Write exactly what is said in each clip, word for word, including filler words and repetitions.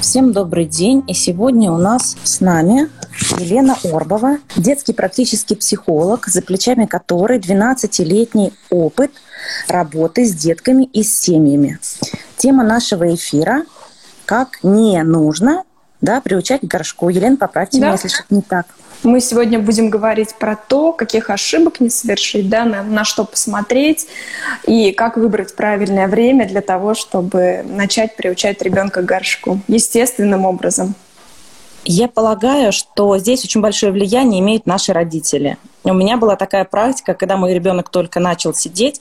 Всем добрый день. И сегодня у нас с нами Елена Орбова, детский практический психолог, за плечами которой двенадцатилетний опыт работы с детками и с семьями. Тема нашего эфира – как не нужно да, приучать к горшку. Елена, поправьте да. меня, если что-то не так. Мы сегодня будем говорить про то, каких ошибок не совершить, да, на, на что посмотреть и как выбрать правильное время для того, чтобы начать приучать ребенка к горшку естественным образом. Я полагаю, что здесь очень большое влияние имеют наши родители. У меня была такая практика, когда мой ребенок только начал сидеть,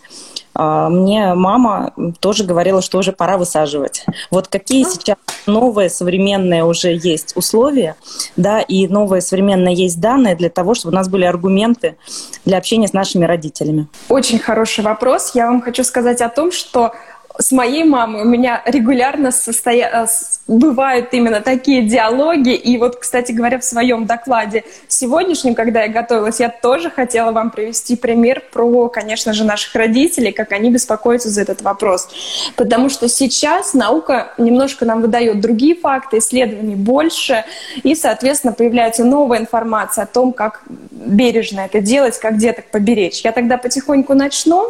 мне мама тоже говорила, что уже пора высаживать. Вот какие сейчас новые современные уже есть условия, да, и новые современные есть данные для того, чтобы у нас были аргументы для общения с нашими родителями? Очень хороший вопрос. Я вам хочу сказать о том, что с моей мамой у меня регулярно состоя... бывают именно такие диалоги. И вот, кстати говоря, в своем докладе сегодняшнем, когда я готовилась, я тоже хотела вам привести пример про, конечно же, наших родителей, как они беспокоятся за этот вопрос. Потому что сейчас наука немножко нам выдает другие факты, исследований больше, и, соответственно, появляется новая информация о том, как бережно это делать, как деток поберечь. Я тогда потихоньку начну.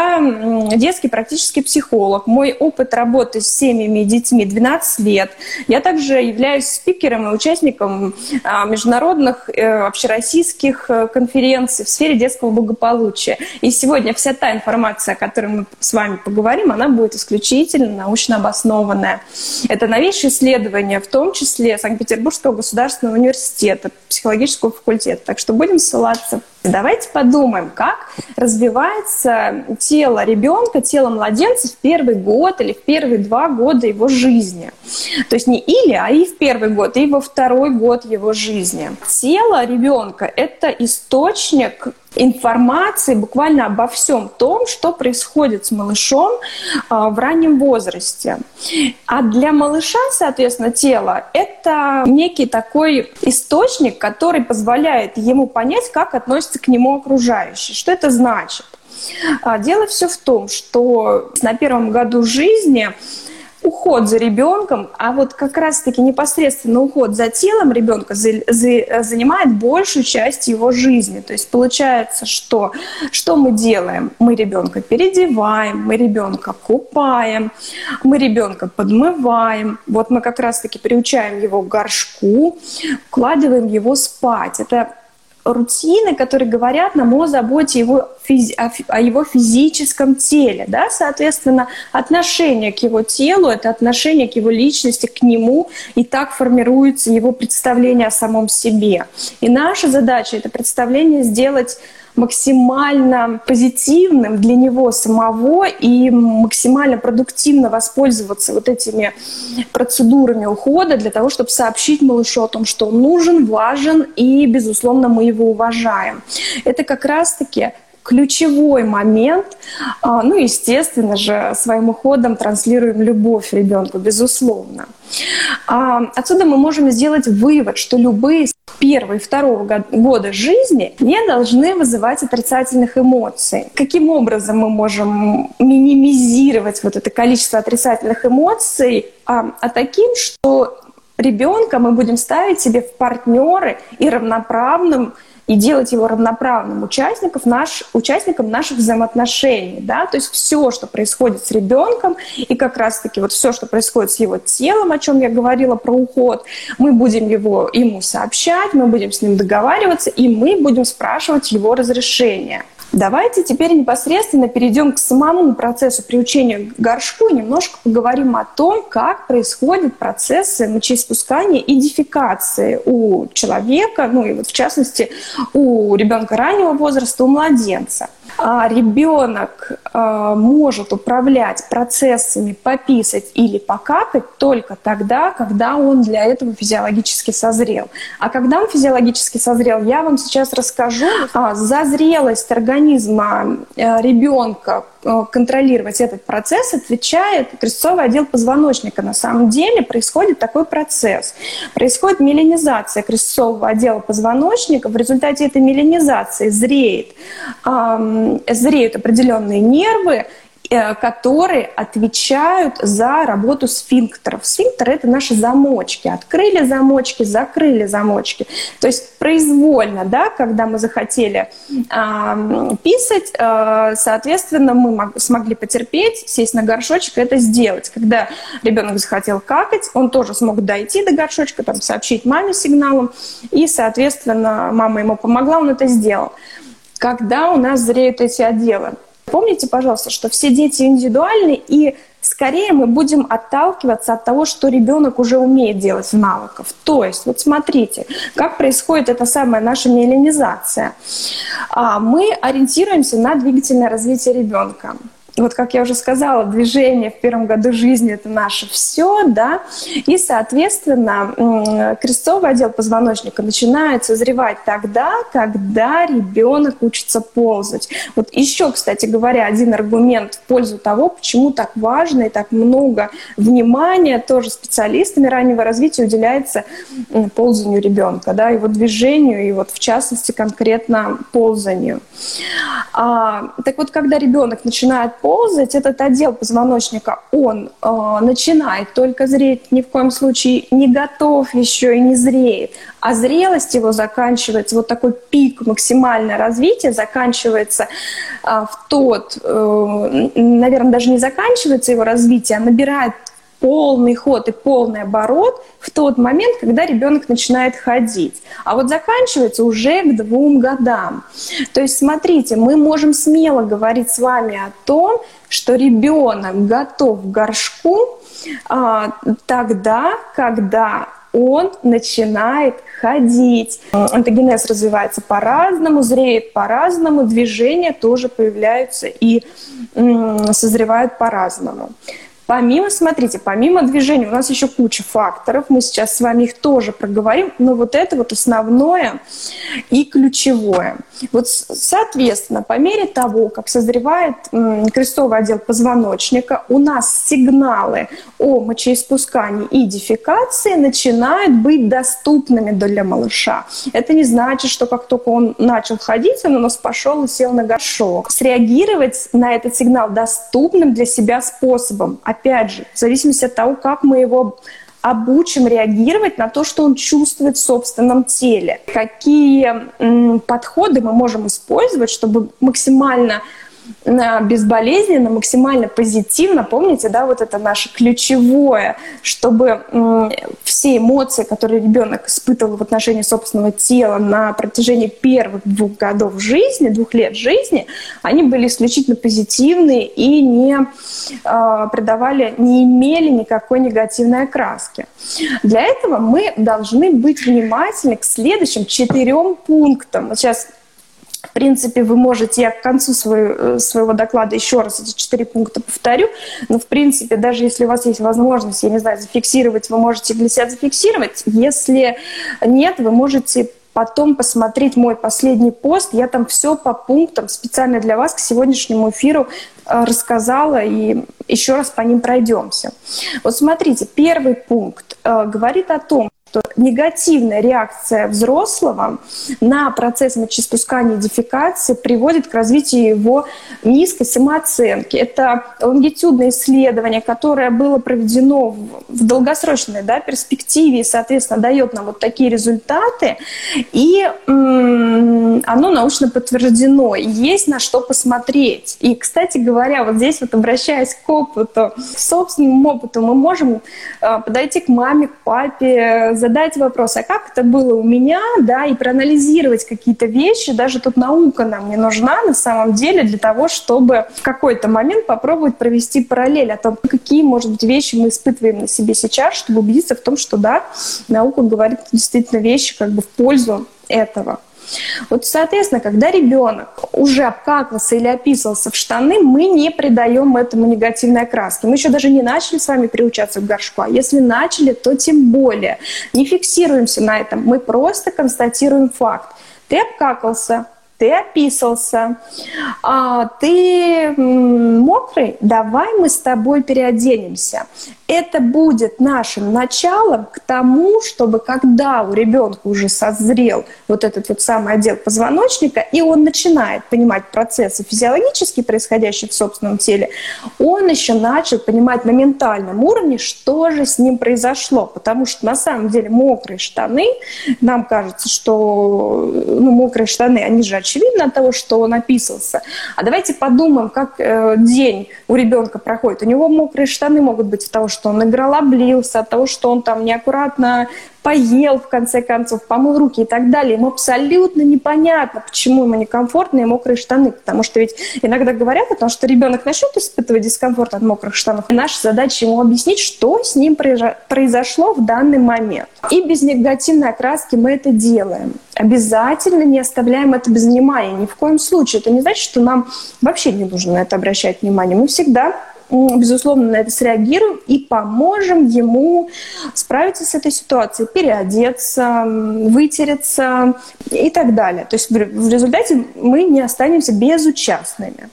Я детский практический психолог. Мой опыт работы с семьями и детьми двенадцать лет. Я также являюсь спикером и участником международных общероссийских конференций в сфере детского благополучия. И сегодня вся та информация, о которой мы с вами поговорим, она будет исключительно научно обоснованная. Это новейшие исследования, в том числе Санкт-Петербургского государственного университета, психологического факультета. Так что будем ссылаться. Давайте подумаем, как развивается тело ребенка, тело младенца в первый год или в первые два года его жизни. То есть не или, а и в первый год, и во второй год его жизни. Тело ребенка – это источник информации буквально обо всем том, что происходит с малышом а, в раннем возрасте. А для малыша, соответственно, тело – это некий такой источник, который позволяет ему понять, как относятся к нему окружающие. Что это значит? А, дело все в том, что на первом году жизни уход за ребенком, а вот как раз-таки непосредственно уход за телом ребенка занимает большую часть его жизни. То есть получается, что, что мы делаем? Мы ребенка переодеваем, мы ребенка купаем, мы ребенка подмываем. Вот мы как раз-таки приучаем его к горшку, укладываем его спать. Это рутины, которые говорят нам о заботе его физи- о его физическом теле. Да? Соответственно, отношение к его телу – это отношение к его личности, к нему, и так формируется его представление о самом себе. И наша задача – это представление сделать максимально позитивным для него самого и максимально продуктивно воспользоваться вот этими процедурами ухода для того, чтобы сообщить малышу о том, что он нужен, важен и, безусловно, мы его уважаем. Это как раз-таки ключевой момент. Ну, естественно же, своим уходом транслируем любовь ребенку, безусловно. Отсюда мы можем сделать вывод, что любые первого и второго года жизни не должны вызывать отрицательных эмоций. Каким образом мы можем минимизировать вот это количество отрицательных эмоций? А, а таким, что ребенка мы будем ставить себе в партнеры и равноправным и делать его равноправным участником, наш, участником наших взаимоотношений. Да? То есть все, что происходит с ребенком, и как раз-таки вот все, что происходит с его телом, о чем я говорила про уход, мы будем его, ему сообщать, мы будем с ним договариваться, и мы будем спрашивать его разрешения. Давайте теперь непосредственно перейдем к самому процессу приучения к горшку и немножко поговорим о том, как происходят процессы мочеиспускания и дефекации у человека, ну и вот в частности у ребенка раннего возраста, у младенца. А ребенок а, может управлять процессами пописать или покакать только тогда, когда он для этого физиологически созрел. А когда он физиологически созрел, я вам сейчас расскажу. А, за зрелость организма а, ребенка а, контролировать этот процесс отвечает крестцовый отдел позвоночника. На самом деле происходит такой процесс. Происходит миелинизация крестцового отдела позвоночника. В результате этой миелинизации зреет а, зреют определенные нервы, которые отвечают за работу сфинктеров. Сфинктеры – это наши замочки. Открыли замочки, закрыли замочки. То есть произвольно, да, когда мы захотели э, писать, э, соответственно, мы смогли потерпеть, сесть на горшочек и это сделать. Когда ребенок захотел какать, он тоже смог дойти до горшочка, там, сообщить маме сигналом, и, соответственно, мама ему помогла, он это сделал. Когда у нас зреют эти отделы? Помните, пожалуйста, что все дети индивидуальны, и скорее мы будем отталкиваться от того, что ребенок уже умеет делать в навыках. То есть, вот смотрите, как происходит эта самая наша миелинизация. Мы ориентируемся на двигательное развитие ребенка. Вот, как я уже сказала, движение в первом году жизни – это наше все, да, и, соответственно, крестцовый отдел позвоночника начинает созревать тогда, когда ребенок учится ползать. Вот еще, кстати говоря, один аргумент в пользу того, почему так важно и так много внимания тоже специалистами раннего развития уделяется ползанию ребенка, да, его движению, и вот в частности конкретно ползанию. А, так вот, когда ребенок начинает ползать, этот отдел позвоночника, он э, начинает только зреть, ни в коем случае не готов еще и не зреет, а зрелость его заканчивается, вот такой пик максимальное развитие заканчивается э, в тот, э, наверное, даже не заканчивается его развитие, а набирает полный ход и полный оборот в тот момент, когда ребенок начинает ходить. А вот заканчивается уже к двум годам. То есть, смотрите, мы можем смело говорить с вами о том, что ребенок готов к горшку а, тогда, когда он начинает ходить. Онтогенез развивается по-разному, зреет по-разному, движения тоже появляются и м, созревают по-разному. Помимо, смотрите, помимо движения у нас еще куча факторов, мы сейчас с вами их тоже проговорим, но вот это вот основное и ключевое. Вот, соответственно, по мере того, как созревает м, крестцовый отдел позвоночника, у нас сигналы о мочеиспускании и дефекации начинают быть доступными для малыша. Это не значит, что как только он начал ходить, он у нас пошел и сел на горшок. Среагировать на этот сигнал доступным для себя способом, опять же, в зависимости от того, как мы его обучим реагировать на то, что он чувствует в собственном теле. Какие м, подходы мы можем использовать, чтобы максимально безболезненно, максимально позитивно, помните, да, вот это наше ключевое, чтобы м, все эмоции, которые ребенок испытывал в отношении собственного тела на протяжении первых двух годов жизни, двух лет жизни, они были исключительно позитивные и не э, придавали, не имели никакой негативной окраски. Для этого мы должны быть внимательны к следующим четырем пунктам. Вот сейчас, в принципе, вы можете, я к концу свою, своего доклада еще раз эти четыре пункта повторю, но, в принципе, даже если у вас есть возможность, я не знаю, зафиксировать, вы можете для себя зафиксировать. Если нет, вы можете потом посмотреть мой последний пост. Я там все по пунктам специально для вас к сегодняшнему эфиру рассказала, и еще раз по ним пройдемся. Вот смотрите, первый пункт э, говорит о том, что негативная реакция взрослого на процесс мочеиспускания и дефекации приводит к развитию его низкой самооценки. Это лонгитюдное исследование, которое было проведено в, в долгосрочной, да, перспективе и, соответственно, дает нам вот такие результаты. И м- оно научно подтверждено. Есть на что посмотреть. И, кстати говоря, вот здесь вот, обращаясь к опыту, к собственному опыту, мы можем э, подойти к маме, к папе, задать вопрос, а как это было у меня, да, и проанализировать какие-то вещи. Даже тут наука нам не нужна на самом деле для того, чтобы в какой-то момент попробовать провести параллель о том, какие, может быть, вещи мы испытываем на себе сейчас, чтобы убедиться в том, что, да, наука говорит действительно вещи как бы в пользу этого. Вот, соответственно, когда ребенок уже обкакался или описывался в штаны, мы не придаем этому негативной окраски. Мы еще даже не начали с вами приучаться к горшку, а если начали, то тем более. Не фиксируемся на этом, мы просто констатируем факт. Ты обкакался, ты ты описался, а, ты мокрый, давай мы с тобой переоденемся. Это будет нашим началом к тому, чтобы когда у ребенка уже созрел вот этот вот самый отдел позвоночника, и он начинает понимать процессы физиологически происходящие в собственном теле, он еще начал понимать на ментальном уровне, что же с ним произошло. Потому что на самом деле мокрые штаны, нам кажется, что ну, мокрые штаны, они же очевидны от того, что он описался. А давайте подумаем, как э, день у ребенка проходит. У него мокрые штаны могут быть от того, что он играл, облился, от того, что он там неаккуратно поел, в конце концов, помыл руки и так далее. Ему абсолютно непонятно, почему ему некомфортные мокрые штаны. Потому что ведь иногда говорят о том, что ребенок начнет испытывать дискомфорт от мокрых штанов. И наша задача ему объяснить, что с ним произошло в данный момент. И без негативной окраски мы это делаем. Обязательно не оставляем это без внимания. Ни в коем случае. Это не значит, что нам вообще не нужно на это обращать внимание. Мы всегда, безусловно, на это среагируем и поможем ему справиться с этой ситуацией, переодеться, вытереться и так далее. То есть в результате мы не останемся безучастными.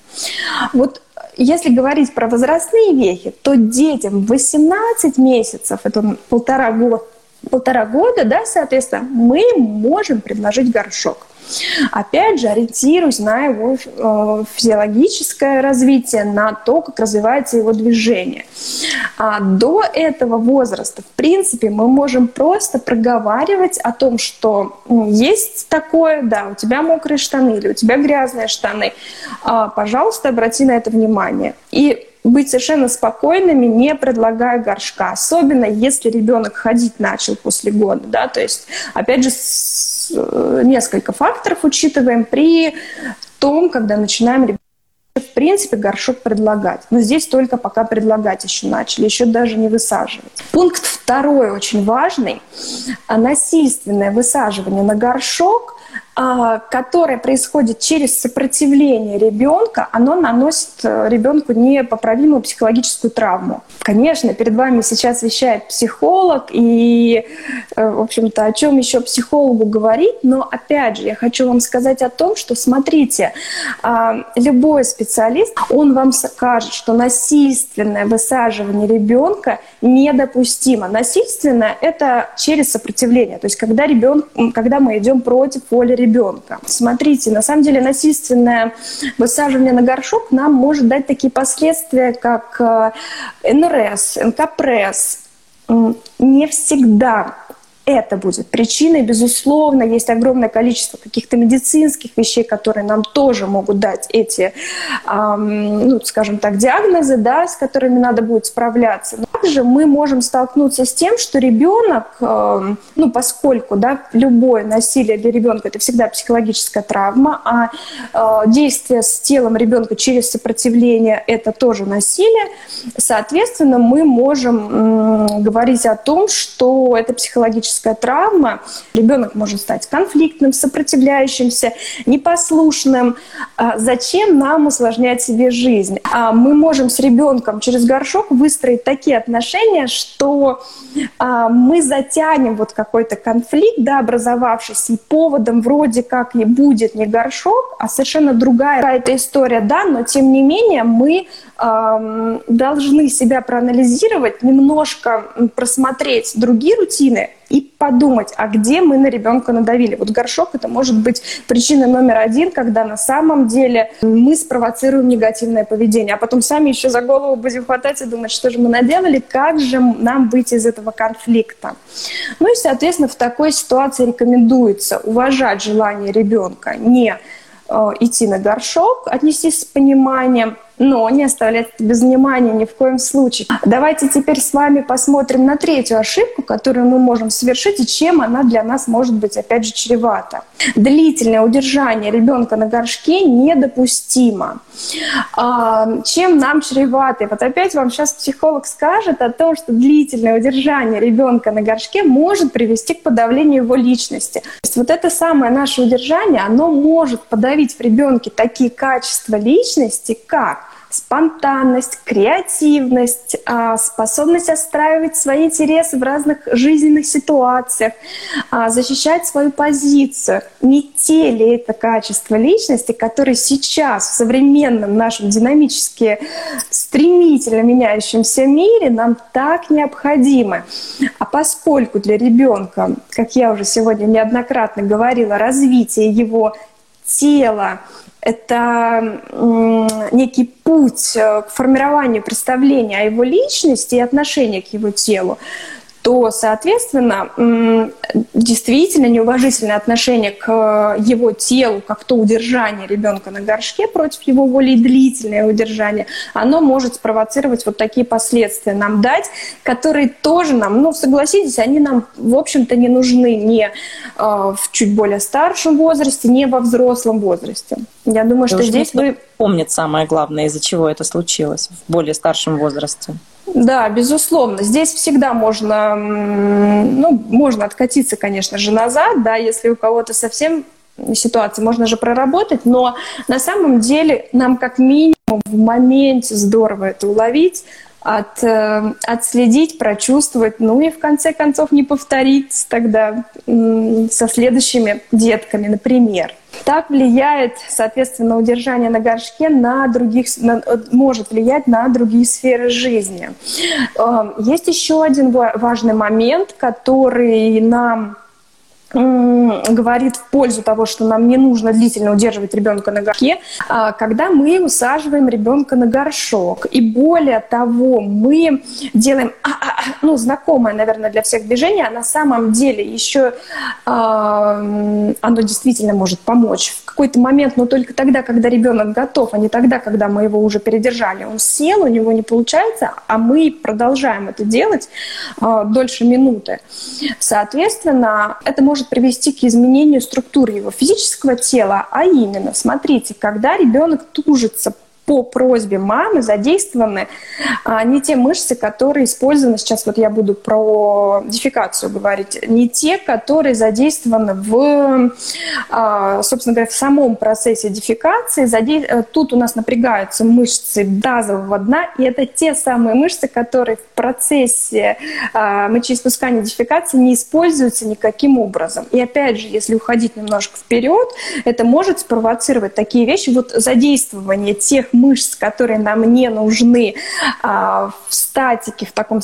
Вот если говорить про возрастные вехи, то детям восемнадцать месяцев, это полтора года, полтора года, да, соответственно, мы можем предложить горшок. Опять же, ориентируясь на его э, физиологическое развитие, на то, как развивается его движение. А до этого возраста, в принципе, мы можем просто проговаривать о том, что есть такое, да, у тебя мокрые штаны или у тебя грязные штаны, а, пожалуйста, обрати на это внимание. И быть совершенно спокойными, не предлагая горшка. Особенно, если ребенок ходить начал после года. Да? То есть, опять же, с, несколько факторов учитываем при том, когда начинаем ребенка, в принципе, горшок предлагать. Но здесь только пока предлагать еще начали, еще даже не высаживать. Пункт второй очень важный. Насильственное высаживание на горшок, которое происходит через сопротивление ребенка, оно наносит ребенку непоправимую психологическую травму. Конечно, перед вами сейчас вещает психолог, и, в общем-то, о чем еще психологу говорить, но, опять же, я хочу вам сказать о том, что, смотрите, любой специалист, он вам скажет, что насильственное высаживание ребенка недопустимо. Насильственное – это через сопротивление, то есть когда, ребенок, когда мы идем против воли ребенка. Ребенка. Смотрите, на самом деле насильственное высаживание на горшок нам может дать такие последствия, как эн эр эс, эн ка пэ эр эс. Не всегда это будет причиной. Безусловно, есть огромное количество каких-то медицинских вещей, которые нам тоже могут дать эти, эм, ну, скажем так, диагнозы, да, с которыми надо будет справляться. Также мы можем столкнуться с тем, что ребенок, э, ну, поскольку, да, любое насилие для ребенка это всегда психологическая травма, а э, действие с телом ребенка через сопротивление это тоже насилие, соответственно, мы можем э, говорить о том, что это психологическая травма, ребенок может стать конфликтным, сопротивляющимся, непослушным. Зачем нам усложнять себе жизнь? Мы можем с ребенком через горшок выстроить такие отношения, что мы затянем вот какой-то конфликт, да, образовавшийся, и поводом вроде как и будет не горшок, а совершенно другая какая-то история, да, но тем не менее мы э, должны себя проанализировать, немножко просмотреть другие рутины и подумать, а где мы на ребенка надавили. Вот горшок это может быть причина номер один, когда на самом деле мы спровоцируем негативное поведение, а потом сами еще за голову будем хватать и думать, что же мы наделали, как же нам выйти из этого конфликта. Ну и, соответственно, в такой ситуации рекомендуется уважать желание ребенка, не э, идти на горшок, отнестись с пониманием, но не оставлять это без внимания ни в коем случае. Давайте теперь с вами посмотрим на третью ошибку, которую мы можем совершить, и чем она для нас может быть, опять же, чревата. Длительное удержание ребенка на горшке недопустимо. А, чем нам чревато? И вот опять вам сейчас психолог скажет о том, что длительное удержание ребенка на горшке может привести к подавлению его личности. То есть вот это самое наше удержание, оно может подавить в ребенке такие качества личности, как спонтанность, креативность, способность отстраивать свои интересы в разных жизненных ситуациях, защищать свою позицию. Не те ли это качества личности, которые сейчас в современном нашем динамически стремительно меняющемся мире нам так необходимы? А поскольку для ребенка, как я уже сегодня неоднократно говорила, развитие его тела — это некий путь к формированию представления о его личности и отношения к его телу, то, соответственно, действительно неуважительное отношение к его телу, как то удержание ребенка на горшке против его воли и длительное удержание, оно может спровоцировать вот такие последствия нам дать, которые тоже нам, ну, согласитесь, они нам, в общем-то, не нужны ни э, в чуть более старшем возрасте, ни во взрослом возрасте. Я думаю, что здесь вы... помнит самое главное, из-за чего это случилось в более старшем возрасте. Да, безусловно. Здесь всегда можно, ну, можно откатиться, конечно же, назад, да, если у кого-то совсем ситуация, можно же проработать, но на самом деле нам как минимум в моменте здорово это уловить, от, э, отследить, прочувствовать, ну и в конце концов не повторить тогда э, со следующими детками, например. Так влияет, соответственно, удержание на горшке на других, на, может влиять на другие сферы жизни. Э, есть еще один важный момент, который нам говорит в пользу того, что нам не нужно длительно удерживать ребенка на горшке, когда мы усаживаем ребенка на горшок. И более того, мы делаем, ну, знакомое, наверное, для всех движение, а на самом деле еще оно действительно может помочь в какой-то момент, но только тогда, когда ребенок готов, а не тогда, когда мы его уже передержали. Он сел, у него не получается, а мы продолжаем это делать дольше минуты. Соответственно, это может привести к изменению структуры его физического тела, а именно, смотрите, когда ребенок тужится по просьбе мамы, задействованы а, не те мышцы, которые использованы, сейчас вот я буду про дефекацию говорить, не те, которые задействованы в, а, собственно говоря, в самом процессе дефекации. Заде... Тут у нас напрягаются мышцы тазового дна, и это те самые мышцы, которые в процессе а, мочеиспускания дефекации не используются никаким образом. И опять же, если уходить немножко вперед, это может спровоцировать такие вещи, вот задействование тех мышц, которые нам не нужны а, в статике, в таком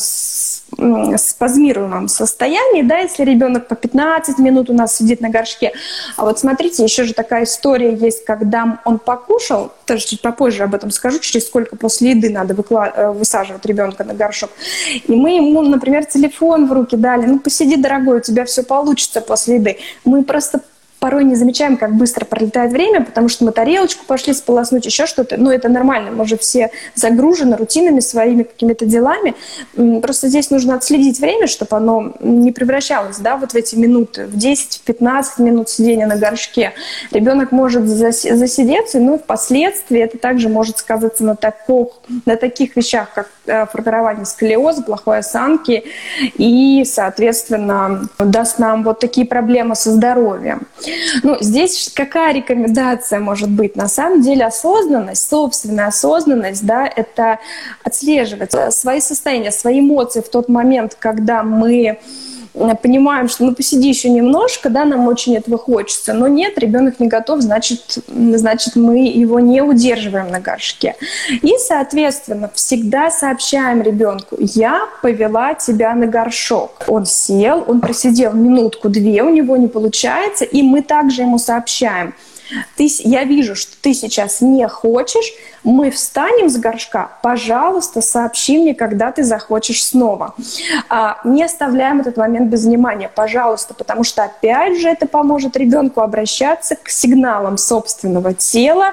спазмируемом состоянии, да, если ребенок по пятнадцать минут у нас сидит на горшке. А вот смотрите, еще же такая история есть, когда он покушал, тоже чуть попозже об этом скажу, через сколько после еды надо выкла- высаживать ребенка на горшок. И мы ему, например, телефон в руки дали, ну посиди, дорогой, у тебя все получится после еды. Мы просто порой не замечаем, как быстро пролетает время, потому что мы тарелочку пошли сполоснуть, еще что-то. Но это нормально, мы же все загружены рутинами, своими какими-то делами. Просто здесь нужно отследить время, чтобы оно не превращалось, да, вот в эти минуты, в десять-пятнадцать минут сидения на горшке. Ребенок может зас- засидеться, но впоследствии это также может сказаться на, таких, на таких вещах, как формирование сколиоза, плохой осанки и, соответственно, даст нам вот такие проблемы со здоровьем. Ну, здесь какая рекомендация может быть? На самом деле осознанность, собственная осознанность, да, это отслеживать свои состояния, свои эмоции в тот момент, когда мы понимаем, что ну посиди еще немножко, да, нам очень этого хочется, но нет, ребенок не готов, значит, значит мы его не удерживаем на горшке. И, соответственно, всегда сообщаем ребенку: я повела тебя на горшок. Он сел, он просидел минутку-две, у него не получается, и мы также ему сообщаем: Ты, я вижу, что ты сейчас не хочешь, мы встанем с горшка, пожалуйста, сообщи мне, когда ты захочешь снова. А, не оставляем этот момент без внимания, пожалуйста, потому что, опять же, это поможет ребенку обращаться к сигналам собственного тела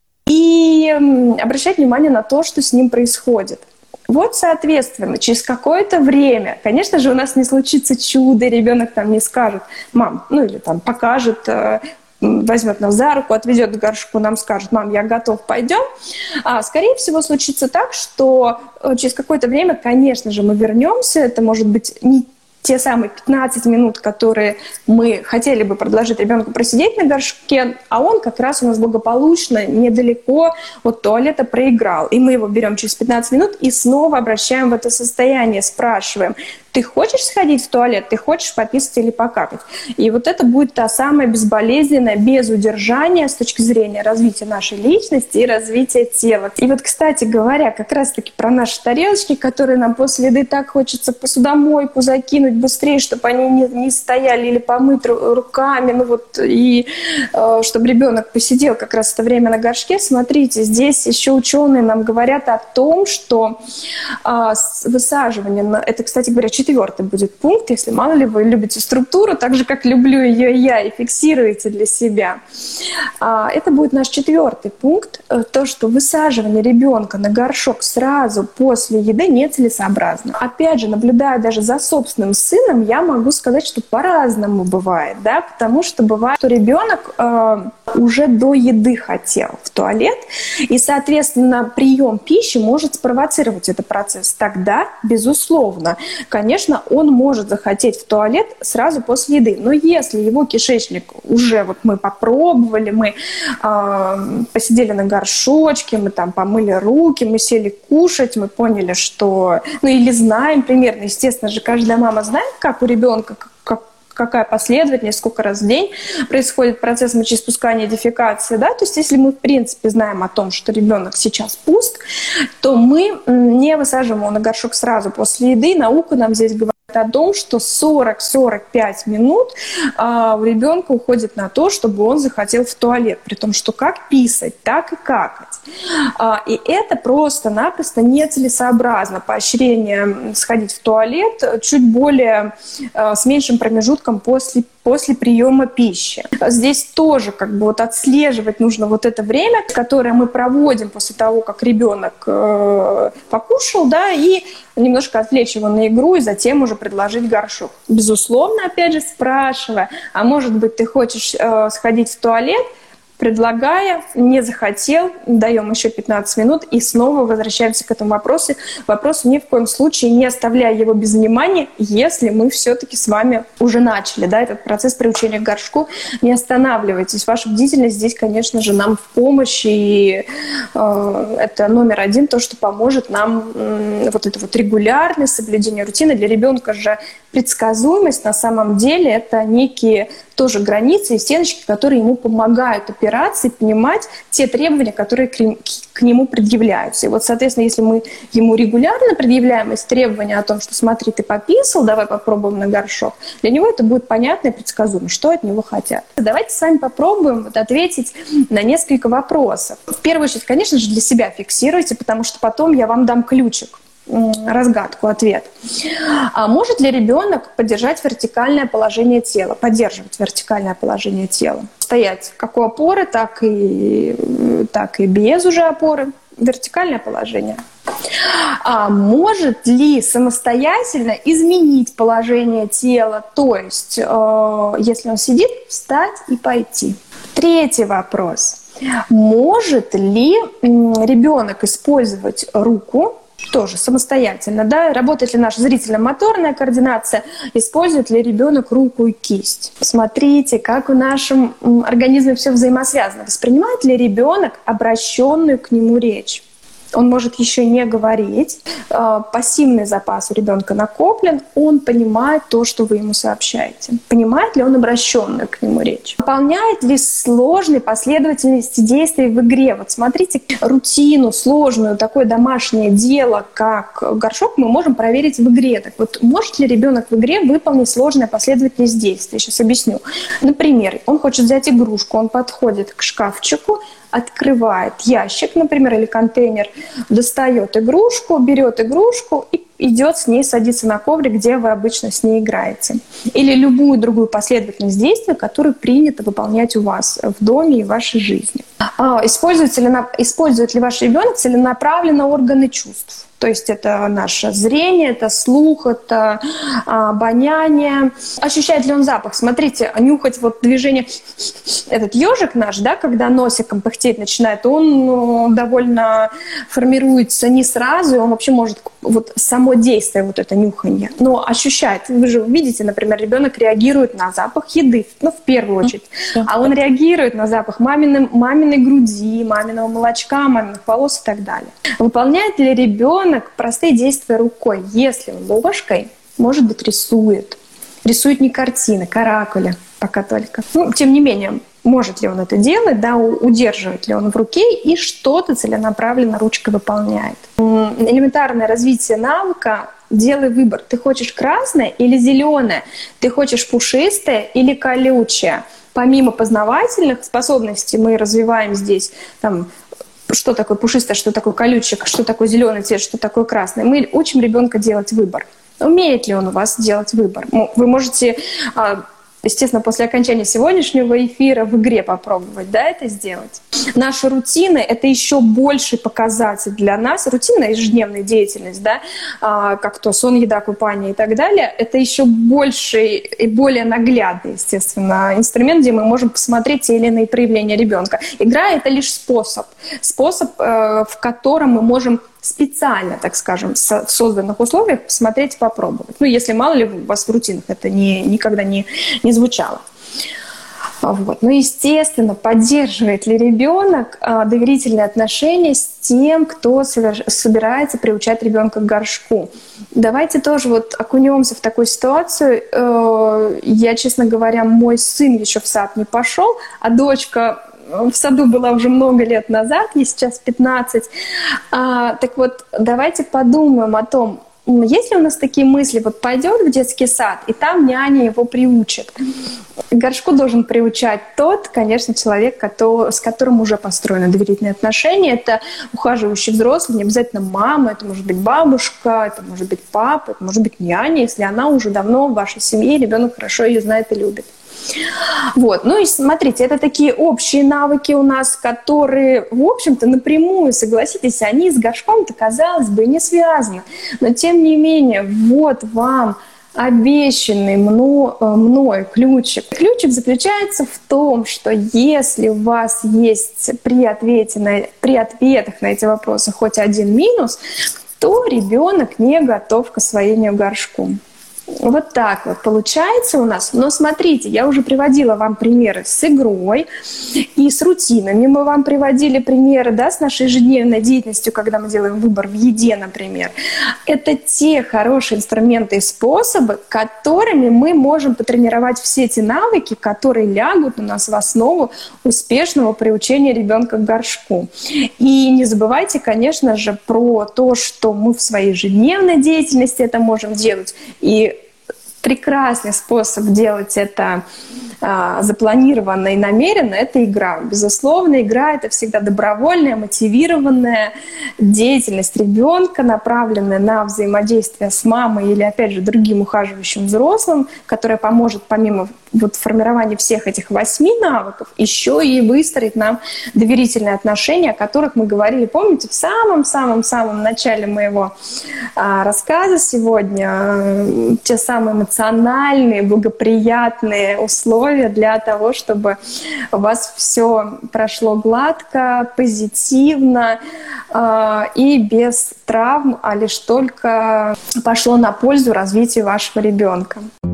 и обращать внимание на то, что с ним происходит. Вот, соответственно, через какое-то время, конечно же, у нас не случится чудо, ребенок там не скажет: мам, ну или там покажет, возьмет нас за руку, отведет к горшку, нам скажет: мам, я готов, пойдем. А, скорее всего, случится так, что через какое-то время, конечно же, мы вернемся. Это может быть не те самые пятнадцать минут, которые мы хотели бы предложить ребенку просидеть на горшке, а он как раз у нас благополучно, недалеко от туалета проиграл. И мы его берем через пятнадцать минут и снова обращаем в это состояние, спрашиваем: ты хочешь сходить в туалет, ты хочешь пописать или покакать? И вот это будет та самая безболезненная, без удержания с точки зрения развития нашей личности и развития тела. И вот, кстати говоря, как раз-таки про наши тарелочки, которые нам после еды так хочется посудомойку закинуть быстрее, чтобы они не, не стояли, или помыть руками, ну вот, и э, чтобы ребенок посидел как раз в это время на горшке. Смотрите, здесь еще ученые нам говорят о том, что э, высаживание, на, это, кстати говоря, четвертый будет пункт, если мало ли вы любите структуру, так же, как люблю ее я, и фиксируете для себя. Э, это будет наш четвертый пункт, э, то, что высаживание ребенка на горшок сразу после еды нецелесообразно. Опять же, наблюдая даже за собственным сыном, я могу сказать, что по-разному бывает, да, потому что бывает, что ребенок э, уже до еды хотел в туалет, и, соответственно, прием пищи может спровоцировать этот процесс. Тогда, безусловно, конечно, он может захотеть в туалет сразу после еды, но если его кишечник уже, вот мы попробовали, мы э, посидели на горшочке, мы там помыли руки, мы сели кушать, мы поняли, что, ну или знаем примерно, естественно же, каждая мама знает, как у ребенка, как, какая последовательность, сколько раз в день происходит процесс мочеиспускания и дефекации, да, то есть если мы, в принципе, знаем о том, что ребенок сейчас пуст, то мы не высаживаем его на горшок сразу после еды. Наука нам здесь говорит о том, что сорок - сорок пять минут а, у ребенка уходит на то, чтобы он захотел в туалет, при том, что как писать, так и какать. А, и это просто-напросто нецелесообразно. Поощрение сходить в туалет чуть более а, с меньшим промежутком после после приема пищи. Здесь тоже как бы вот отслеживать нужно вот это время, которое мы проводим после того, как ребенок э, покушал, да, и немножко отвлечь его на игру и затем уже предложить горшок. Безусловно, опять же, спрашивая, а может быть, ты хочешь э, сходить в туалет, предлагая, не захотел, даем еще пятнадцать минут и снова возвращаемся к этому вопросу. Вопрос ни в коем случае не оставляя его без внимания, если мы все-таки с вами уже начали, да, этот процесс приучения к горшку. Не останавливайтесь. Ваша бдительность здесь, конечно же, нам в помощь, и э, это номер один, то, что поможет нам э, вот это вот регулярное соблюдение рутины. Для ребенка же предсказуемость на самом деле это некие тоже границы и стеночки, которые ему помогают опираться и понимать те требования, которые к, к нему предъявляются. И вот, соответственно, если мы ему регулярно предъявляем эти требования о том, что смотри, ты пописал, давай попробуем на горшок, для него это будет понятно и предсказуемо, что от него хотят. Давайте с вами попробуем вот ответить на несколько вопросов. В первую очередь, конечно же, для себя фиксируйте, потому что потом я вам дам ключик, разгадку, ответ. А может ли ребенок поддержать вертикальное положение тела, поддерживать вертикальное положение тела? Стоять как у опоры, так и, так и без уже опоры. Вертикальное положение. А может ли самостоятельно изменить положение тела, то есть, э, если он сидит, встать и пойти? Третий вопрос. Может ли ребенок использовать руку тоже самостоятельно, да, работает ли наша зрительно-моторная координация, использует ли ребенок руку и кисть. Смотрите, как в нашем организме все взаимосвязано. Воспринимает ли ребенок обращенную к нему речь? Он может еще не говорить, пассивный запас у ребенка накоплен, он понимает то, что вы ему сообщаете. Понимает ли он обращенную к нему речь? Выполняет ли сложные последовательности действий в игре? Вот смотрите, рутину, сложную, такое домашнее дело, как горшок, мы можем проверить в игре. Так вот, может ли ребенок в игре выполнить сложную последовательность действий? Сейчас объясню. Например, он хочет взять игрушку, он подходит к шкафчику, открывает ящик, например, или контейнер, достает игрушку, берет игрушку и идет с ней, садится на коврик, где вы обычно с ней играете. Или любую другую последовательность действий, которую принято выполнять у вас в доме и в вашей жизни. Использует ли, использует ли ваш ребенок целенаправленно органы чувств? То есть это наше зрение, это слух, это а, обоняние. Ощущает ли он запах? Смотрите, нюхать вот движение. Этот ежик наш, да, когда носиком пыхтеть начинает, он ну, довольно формируется не сразу, и он вообще может вот само действие, вот это нюхание, но ощущает. Вы же видите, например, ребенок реагирует на запах еды, ну, в первую очередь, а он реагирует на запах маминой, маминой груди, маминого молочка, маминых волос и так далее. Выполняет ли ребенок простые действия рукой, если он ложкой, может быть, рисует? Рисует не картины, каракули пока только. Ну, тем не менее, может ли он это делать, да, удерживает ли он в руке и что-то целенаправленно ручкой выполняет. Элементарное развитие навыка. Делай выбор. Ты хочешь красное или зеленое? Ты хочешь пушистое или колючее? Помимо познавательных способностей мы развиваем здесь там, что такое пушистое, что такое колючее, что такое зеленый цвет, что такое красный. Мы учим ребенка делать выбор. Умеет ли он у вас делать выбор? Вы можете, естественно, после окончания сегодняшнего эфира в игре попробовать, да, это сделать. Наши рутины — это еще больший показатель для нас. Рутина, ежедневная деятельность, да, как то сон, еда, купание и так далее, это еще больший и более наглядный, естественно, инструмент, где мы можем посмотреть те или иные проявления ребенка. Игра — это лишь способ, способ, в котором мы можем специально, так скажем, в созданных условиях посмотреть и попробовать. Ну, если мало ли у вас в рутинах это не, никогда не, не звучало. Вот. Ну, естественно, поддерживает ли ребенок а, доверительные отношения с тем, кто совер... собирается приучать ребенка к горшку? Давайте тоже вот окунемся в такую ситуацию. Э, я, честно говоря, мой сын еще в сад не пошел, а дочка в саду была уже много лет назад, ей сейчас пятнадцать. А, так вот, давайте подумаем о том, есть ли у нас такие мысли, вот пойдет в детский сад, и там няня его приучит. К горшку должен приучать тот, конечно, человек, который, с которым уже построены доверительные отношения. Это ухаживающий взрослый, не обязательно мама, это может быть бабушка, это может быть папа, это может быть няня, если она уже давно в вашей семье, ребенок хорошо ее знает и любит. Вот. Ну и смотрите, это такие общие навыки у нас, которые, в общем-то, напрямую, согласитесь, они с горшком-то, казалось бы, не связаны. Но, тем не менее, вот вам обещанный мной, мной ключик. Ключик заключается в том, что если у вас есть при, ответе на, при ответах на эти вопросы хоть один минус, то ребенок не готов к освоению горшку. Вот так вот получается у нас. Но смотрите, я уже приводила вам примеры с игрой и с рутинами. Мы вам приводили примеры, да, с нашей ежедневной деятельностью, когда мы делаем выбор в еде, например. Это те хорошие инструменты и способы, которыми мы можем потренировать все эти навыки, которые лягут у нас в основу успешного приучения ребенка к горшку. И не забывайте, конечно же, про то, что мы в своей ежедневной деятельности это можем делать. И прекрасный способ делать это а, запланированно и намеренно — это игра. Безусловно, игра — это всегда добровольная, мотивированная деятельность ребенка, направленная на взаимодействие с мамой или, опять же, другим ухаживающим взрослым, которая поможет помимо вот формирования всех этих восьми навыков еще и выстроить нам доверительные отношения, о которых мы говорили, помните, в самом-самом-самом начале моего а, рассказа сегодня, а, те самые эмоциональные, благоприятные условия для того, чтобы у вас все прошло гладко, позитивно а, и без травм, а лишь только пошло на пользу развитию вашего ребенка.